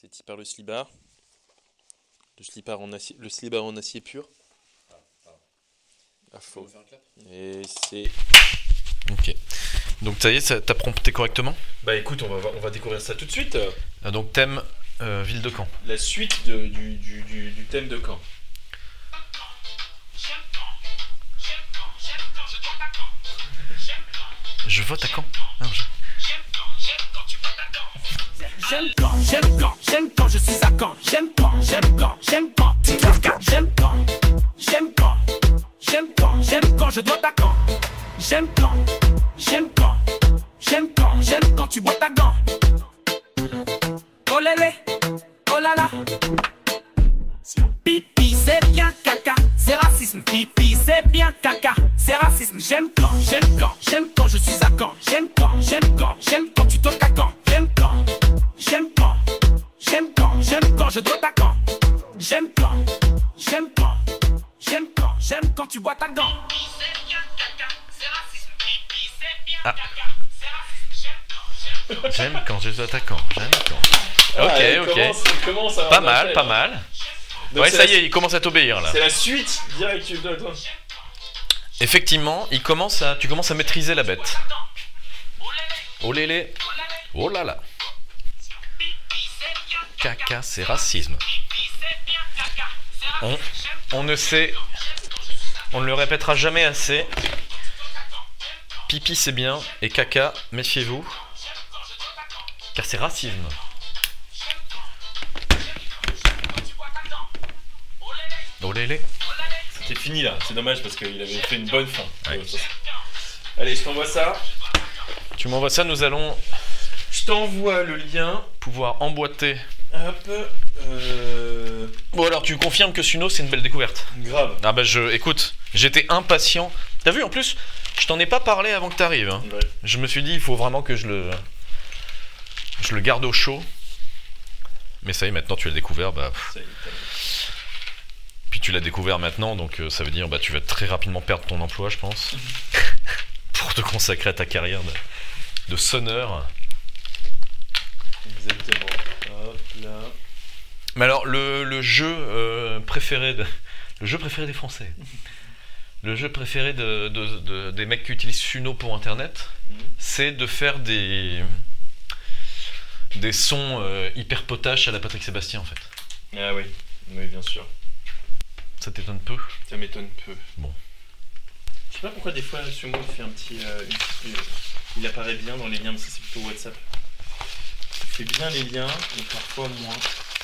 C'est tiré par le slibard. Le slibard en acier pur. Ah, faux. Et c'est... Ok. Donc ça y est, t'as prompté correctement? Bah écoute, on va découvrir ça tout de suite. Donc thème ville de Caen. La suite du thème de Caen. Je vote à Caen. J'aime quand je suis à Caen. J'aime quand, j'aime quand je dois à Caen. J'aime quand tu bois ta gant. Oh lélé, oh là là. Pipi c'est bien caca, c'est racisme. Pipi c'est bien caca, c'est racisme. J'aime quand je suis à Caen. J'aime quand tu toques à Caen. J'aime quand je dois ta Caen. J'aime quand tu bois ta gant. Ah. J'aime quand je suis attaquant. Ok. Commence à Pas mal. Donc ouais, ça y est, il commence à t'obéir là. C'est la suite direct. Effectivement, tu commences à maîtriser la bête. Oh lélé. Oh là là. Caca, c'est racisme. On ne le répétera jamais assez. Pipi c'est bien et caca, méfiez-vous, car c'est racisme. Oh lélé. C'était fini là, c'est dommage parce qu'il avait fait une bonne fin. Ouais. Allez, je t'envoie ça. Tu m'envoies ça, nous allons Je t'envoie le lien. pouvoir emboîter. Hop. Bon alors tu confirmes que Suno c'est une belle découverte? Grave. Ah bah écoute, j'étais impatient. T'as vu en plus, je t'en ai pas parlé avant que t'arrives. Hein. Ouais. Je me suis dit il faut vraiment que je le garde au chaud. Mais ça y est, maintenant tu l'as découvert, bah. Ça y est, Puis tu l'as découvert maintenant, donc ça veut dire bah tu vas très rapidement perdre ton emploi, je pense, pour te consacrer à ta carrière de sonneur. exactement. Hop là. Mais alors le jeu préféré des Français, le jeu préféré des mecs qui utilisent Suno pour internet, c'est de faire des sons hyper potaches à la Patrick Sébastien en fait. Ah oui, bien sûr. Ça t'étonne peu? Ça m'étonne peu. Bon. Je sais pas pourquoi des fois Sumo il fait un petit, il apparaît bien dans les liens, mais ça c'est plutôt WhatsApp. Il fait bien les liens, mais parfois moins.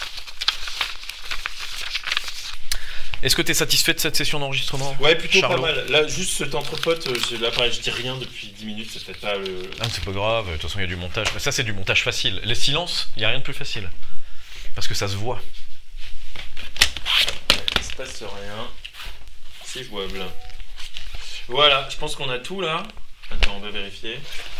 Est-ce que tu es satisfait de cette session d'enregistrement? Ouais, plutôt Charlot? pas mal. Là, juste cet entre potes, là pareil, je dis rien depuis 10 minutes, c'est peut-être pas le... Ah, c'est pas grave, de toute façon il y a du montage. Mais ça c'est du montage facile. Les silences, il n'y a rien de plus facile. Parce que ça se voit. Il se passe rien. C'est jouable. Voilà, je pense qu'on a tout là. Attends, on va vérifier.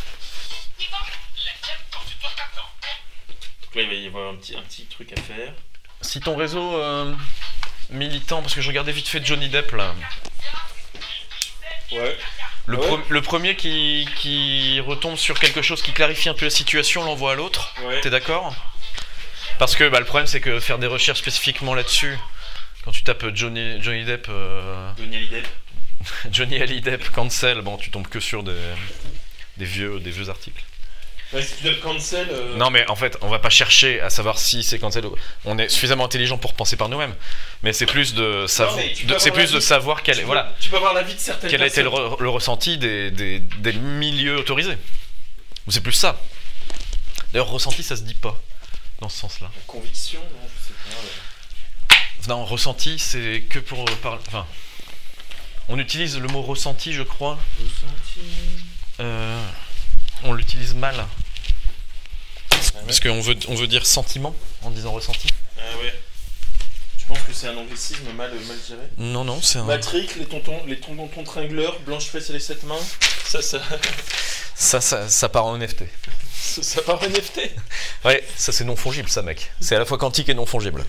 Donc là, il va y avoir un petit truc à faire. Si ton réseau militant, parce que je regardais vite fait Johnny Depp là. Ouais. Le premier qui retombe sur quelque chose qui clarifie un peu la situation, l'envoie à l'autre. Ouais. T'es d'accord? Parce que le problème c'est que faire des recherches spécifiquement là-dessus, quand tu tapes Johnny Depp, Johnny Hallyday. Johnny Hallyday cancel, bon tu tombes que sur des vieux articles. Ouais, si tu tapes cancel... Non mais en fait on va pas chercher à savoir si c'est cancel. On est suffisamment intelligent pour penser par nous-mêmes, mais c'est plus de savoir, savoir quel Tu peux avoir l'avis de certaines quel a été personnes. le ressenti des milieux autorisés. Ou c'est plus ça. D'ailleurs ressenti ça se dit pas dans ce sens-là. La conviction, non, je sais pas. Non, ressenti c'est que pour parler. Enfin, on utilise le mot ressenti, je crois. Ressenti... On l'utilise mal. Ah ouais. Parce qu'on veut dire sentiment en disant ressenti. Ah ouais. Je pense que c'est un anglicisme mal géré. Non, c'est un. Matric, les tontons tringleurs, blanche fesse et les 7 mains. Ça part en NFT. Ça part en NFT. Ouais, ça c'est non fongible, ça mec. C'est à la fois quantique et non fongible.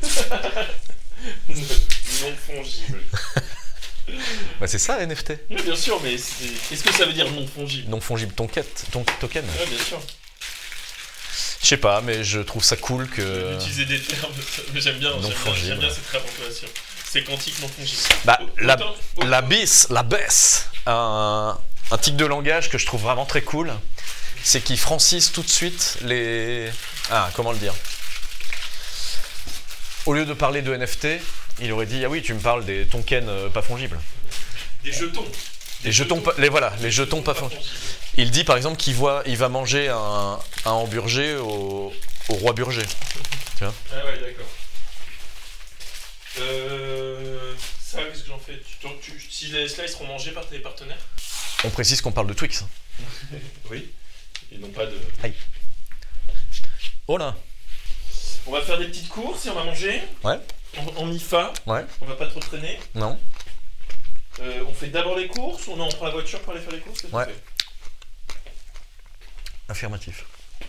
Non fongible. Bah c'est ça NFT. Oui, bien sûr, mais qu'est-ce que ça veut dire non fongible? Non fongible token. Ouais, bien sûr. Je sais pas, mais je trouve ça cool que... Utiliser des termes, mais j'aime bien cette réappropriation. C'est quantique non fongible. Bah, la baisse, un tic de langage que je trouve vraiment très cool, c'est qu'il francise tout de suite les... Ah, comment le dire? Au lieu de parler de NFT, il aurait dit, ah oui, tu me parles des tokens pas fongibles. Des jetons. Les jetons pas fongibles. Il dit par exemple qu'il va manger un hamburger au roi Burger. Tu vois? Ah ouais, d'accord. Ça, qu'est-ce que j'en fais? Si les slides seront mangés par tes partenaires? On précise qu'on parle de Twix. Oui. Et non pas de... Aïe. Oh là. On va faire des petites courses et on va manger. Ouais. En MIFA. Ouais. On va pas trop traîner. Non. On fait d'abord les courses ou non, on prend la voiture pour aller faire les courses? Ouais. Affirmatif.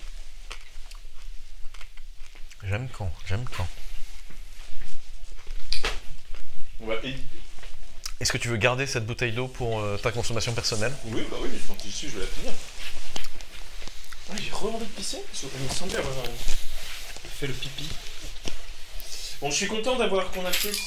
J'aime quand. On va éditer. Est-ce que tu veux garder cette bouteille d'eau pour ta consommation personnelle? Oui, bah oui, je pense qu'ici je vais la finir. Ah, j'ai re envie de pisser, parce qu'il me semblait avoir fait le pipi. Bon, je suis content d'avoir qu'on ait fait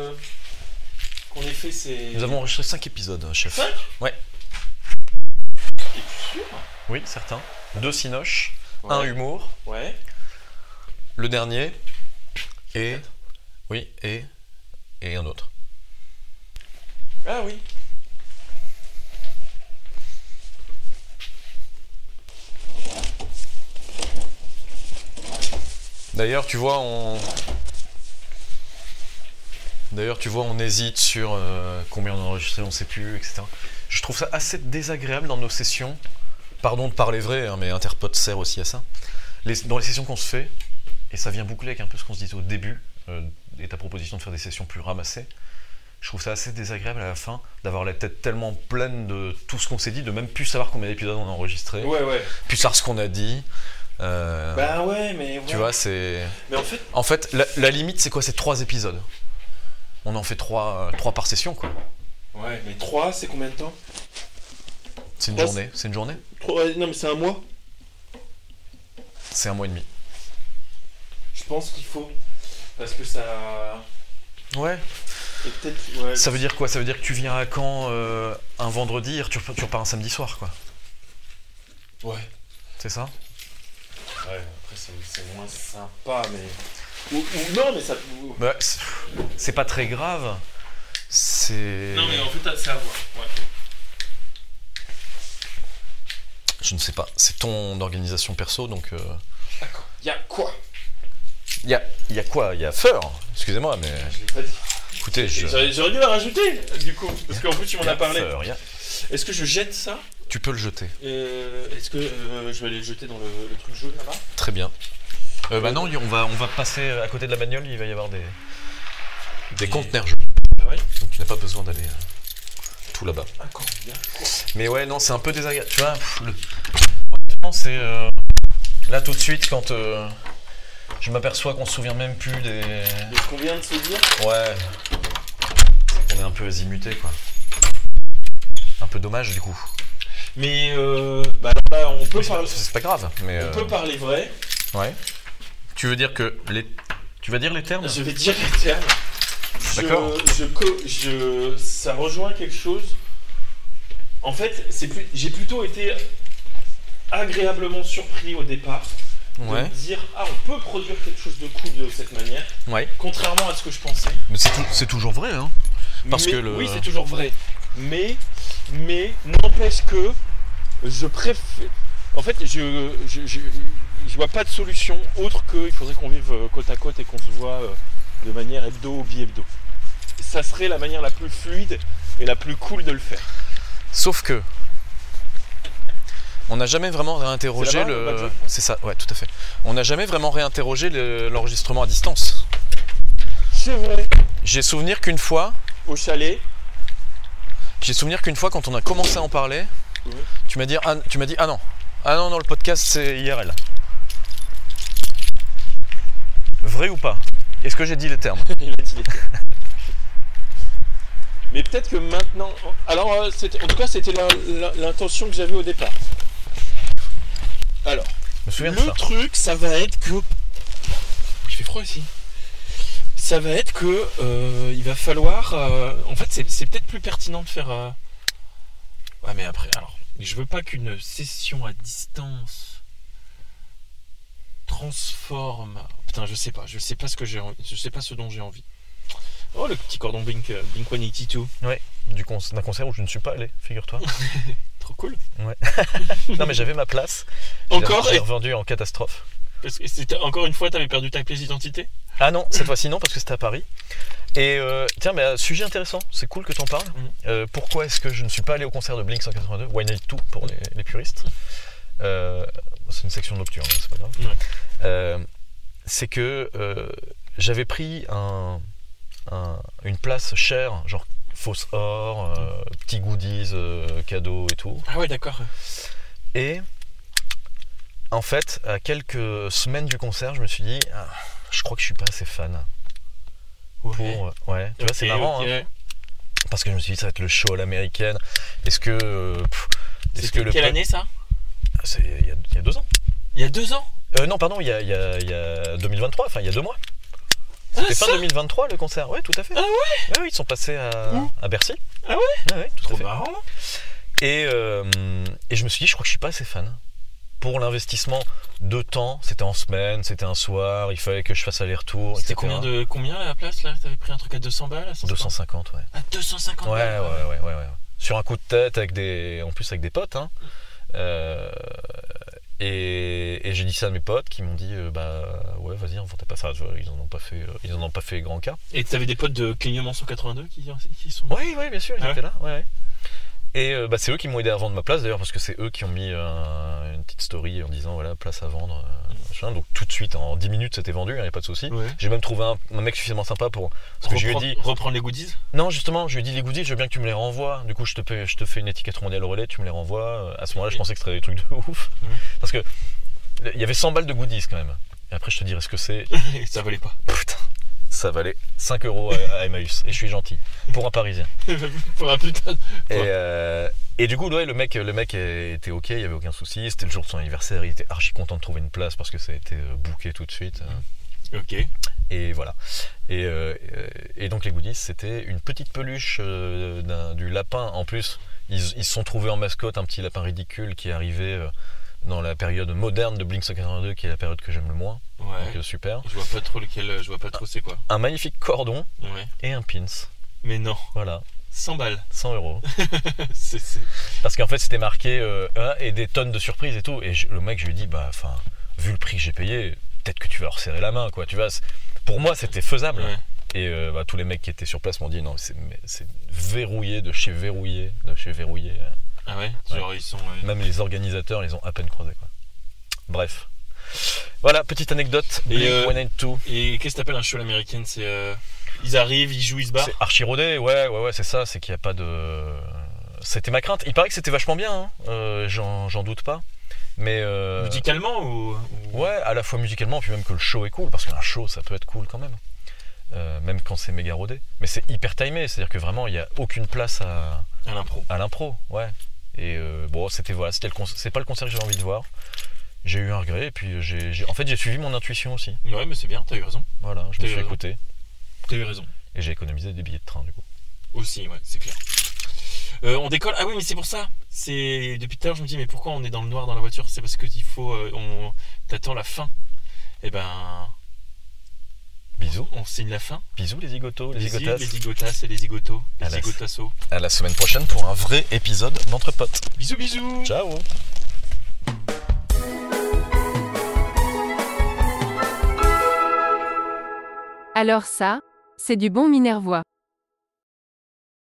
ces... Nous avons enregistré 5 épisodes, chef. 5? Ouais. Es-tu sûr? Oui, certains. 2 cinoches, Ouais. 1 humour, Ouais. le dernier, et... Oui, et un autre. Ah oui. D'ailleurs, tu vois, on hésite sur combien on a enregistré, on sait plus, etc. Je trouve ça assez désagréable dans nos sessions. Pardon de parler vrai, hein, mais Interpod sert aussi à ça. Dans les sessions qu'on se fait, et ça vient boucler avec un peu ce qu'on se disait au début, et ta proposition de faire des sessions plus ramassées, je trouve ça assez désagréable à la fin d'avoir la tête tellement pleine de tout ce qu'on s'est dit, de même plus savoir combien d'épisodes on a enregistré, Ouais. plus savoir ce qu'on a dit. Bah ouais, mais... Ouais. Tu vois, c'est... Mais En fait, la limite, c'est quoi? C'est 3 épisodes. On en fait 3 par session, quoi. Ouais, mais 3, c'est combien de temps? C'est une 3, journée. C'est une journée? 3, non, mais c'est un mois. C'est 1 mois et demi. Je pense qu'il faut. Parce que ça... Ouais. Et peut-être... Ouais, Ça veut dire quoi? Ça veut dire que tu viens à Caen un vendredi et tu repars un samedi soir, quoi. Ouais. C'est ça? Ouais, après c'est moins sympa, mais... Ou non, mais ça... Bah, c'est pas très grave. C'est... Non, mais en fait, c'est à voir. Ouais. Je ne sais pas. C'est ton organisation perso, donc... D'accord. Y'a quoi? Il y a quoi? Il y a Feur. Excusez-moi, mais... Je l'ai pas dit. Écoutez, J'aurais dû la rajouter, du coup. Parce qu'en plus, tu m'en as parlé. Feur, Est-ce que je jette ça? Tu peux le jeter. Est-ce que je vais aller le jeter dans le truc jaune là-bas? Très bien. Bah non, on va passer à côté de la bagnole, il va y avoir des conteneurs jaunes. Ah ouais? Donc tu n'as pas besoin d'aller tout là-bas. Ah, quand bien. Mais ouais, non, c'est un peu désagréable. Tu vois, honnêtement, c'est... Là, tout de suite, quand je m'aperçois qu'on se souvient même plus des... De ce qu'on vient de se dire? Ouais. On est un peu azimuté, quoi. Un peu dommage, du coup. Mais bah alors là, on peut parler... C'est pas grave, mais... On peut parler vrai. Ouais. Tu veux dire que Tu vas dire les termes? Je vais dire les termes. D'accord. Ça rejoint quelque chose. En fait, j'ai plutôt été agréablement surpris au départ de Ouais. me dire on peut produire quelque chose de cool de cette manière, Ouais. contrairement à ce que je pensais. Mais c'est toujours vrai, hein. Parce Mais- que le... Oui, c'est toujours vrai. Mais n'empêche que je préfère... En fait, je vois pas de solution autre qu'il faudrait qu'on vive côte à côte et qu'on se voit de manière hebdo ou bi-hebdo. Ça serait la manière la plus fluide et la plus cool de le faire. Sauf que... On n'a jamais vraiment réinterrogé C'est là-bas, le... le badge? C'est ça, ouais, tout à fait. On n'a jamais vraiment réinterrogé l'enregistrement à distance. C'est vrai. J'ai souvenir qu'une fois, Au chalet. quand on a commencé à en parler, Oui. tu m'as dit ah non, le podcast c'est IRL. Vrai ou pas? Est-ce que j'ai dit les termes? Il a dit les termes. Mais peut-être que maintenant... Alors, en tout cas, c'était l'intention que j'avais au départ. Alors, me souviens de Le ça. truc, ça va être que... Il fait froid ici. Ça va être que il va falloir... en fait, c'est peut-être plus pertinent de faire... Ouais, mais après, alors... Je veux pas qu'une session à distance transforme... Putain, je sais pas ce que j'ai envie. Je sais pas ce dont j'ai envie. Oh, le petit cordon Blink 182. Ouais, d'un concert où je ne suis pas allé, figure-toi. Trop cool. Non, mais j'avais ma place. Encore J'ai revendu en catastrophe. Parce que c'était encore une fois, t'avais perdu ta pièce d'identité. Ah non, cette fois-ci non, parce que c'était à Paris. Et tiens, mais sujet intéressant, c'est cool que t'en parles. Pourquoi est-ce que je ne suis pas allé au concert de Blink 182, Why Not 2 pour les puristes. C'est une section nocturne, c'est pas grave. Ouais. C'est que j'avais pris une place chère, genre fausse or, petits goodies, cadeaux et tout. Ah ouais, d'accord. Et en fait, à quelques semaines du concert, je me suis dit, je crois que je suis pas assez fan. Ouais. Ouais, tu vois, c'est marrant, hein, parce que je me suis dit, ça va être le show à l'américaine. Est-ce que Quelle année ça? C'est il y a 2 ans. Il y a 2 ans? Non, pardon, il y a 2023, enfin il y a 2 mois. C'était fin 2023 le concert, ouais, tout à fait. Ah ouais? Ouais, ils sont passés à Bercy. Ah ouais? Ouais, tout Trop à fait. marrant. Et je me suis dit, je crois que je suis pas assez fan. Pour l'investissement de temps, c'était en semaine, c'était un soir, il fallait que je fasse aller-retour. C'était etc. combien la place là? T'avais pris un truc à 200 balles? 250, ouais. À 250 Ouais, balles? ouais. Sur un coup de tête, en plus avec des potes. Hein. Et j'ai dit ça à mes potes qui m'ont dit ouais, vas-y, on ne pas ça. Ils en ont pas fait grand cas. Et t'avais des potes de Clignement 182 qui sont... Oui, bien sûr, ils Ah étaient là. Ouais. Et c'est eux qui m'ont aidé à vendre ma place d'ailleurs, parce que c'est eux qui ont mis une petite story en disant voilà, place à vendre. Machin. Donc tout de suite, en 10 minutes, c'était vendu, il n'y a pas de souci. Ouais. J'ai même trouvé un mec suffisamment sympa pour. Parce que je lui ai dit. Reprendre les goodies? Non, justement, je lui ai dit les goodies, je veux bien que tu me les renvoies. Du coup, je te fais une étiquette mondiale relais, tu me les renvoies. À ce moment-là, je pensais que c'était des trucs de ouf. Parce que il y avait 100 balles de goodies quand même. Et après, je te dirai ce que c'est. Ça valait pas. Putain, ça valait 5 € à Emmaüs. Et je suis gentil. Pour un Parisien. Pour un putain Et du coup, ouais, le mec était ok, il n'y avait aucun souci. C'était le jour de son anniversaire, il était archi content de trouver une place parce que ça a été booké tout de suite. Ok. Et voilà. Et donc les goodies, c'était une petite peluche du lapin. En plus, ils se sont trouvés en mascotte un petit lapin ridicule qui est arrivé dans la période moderne de Blink 182, qui est la période que j'aime le moins. Ouais. Donc super. Je vois pas trop lequel, je vois pas trop c'est quoi. Un magnifique cordon et un pins. Mais non. Voilà. 100 balles. 100 €. c'est... Parce qu'en fait, c'était marqué et des tonnes de surprises et tout. Et le mec, je lui ai dit, vu le prix que j'ai payé, peut-être que tu vas leur serrer la main, quoi. Tu vois, pour moi, c'était faisable. Ouais. Et tous les mecs qui étaient sur place m'ont dit, non, c'est verrouillé de chez verrouillé. Ah ouais, genre ils sont... Même les organisateurs les ont à peine croisés, quoi. Bref. Voilà, petite anecdote. Blink-182. Et qu'est-ce que t'appelles un show à l'américaine? C'est... Ils arrivent, ils jouent, ils se barrent? C'est archi rodé, ouais, c'est ça, c'est qu'il n'y a pas de... C'était ma crainte. Il paraît que c'était vachement bien, hein. J'en doute pas. Mais musicalement ou... Ouais, à la fois musicalement, puis même que le show est cool, parce qu'un show, ça peut être cool quand même. Même quand c'est méga rodé. Mais c'est hyper timé, c'est-à-dire que vraiment, il n'y a aucune place à l'impro, ouais. Et c'était c'est pas le concert que j'avais envie de voir. J'ai eu un regret, et puis en fait, j'ai suivi mon intuition aussi. Ouais, mais c'est bien, t'as eu raison. Voilà, je me suis écouté. T'as eu raison. Et j'ai économisé des billets de train, du coup. Aussi, ouais, c'est clair. On décolle. Ah oui, mais c'est pour ça. Depuis tout à l'heure, je me dis, mais pourquoi on est dans le noir dans la voiture? C'est parce qu'il faut... t'attends la fin. Et ben... Bisous. On signe la fin. Bisous les zigotos, les zigotas. Les zigotas et les zigotos. Les zigotassos. À la semaine prochaine pour un vrai épisode d'Entre Potes. Bisous, bisous. Ciao. Alors ça, c'est du bon minervois.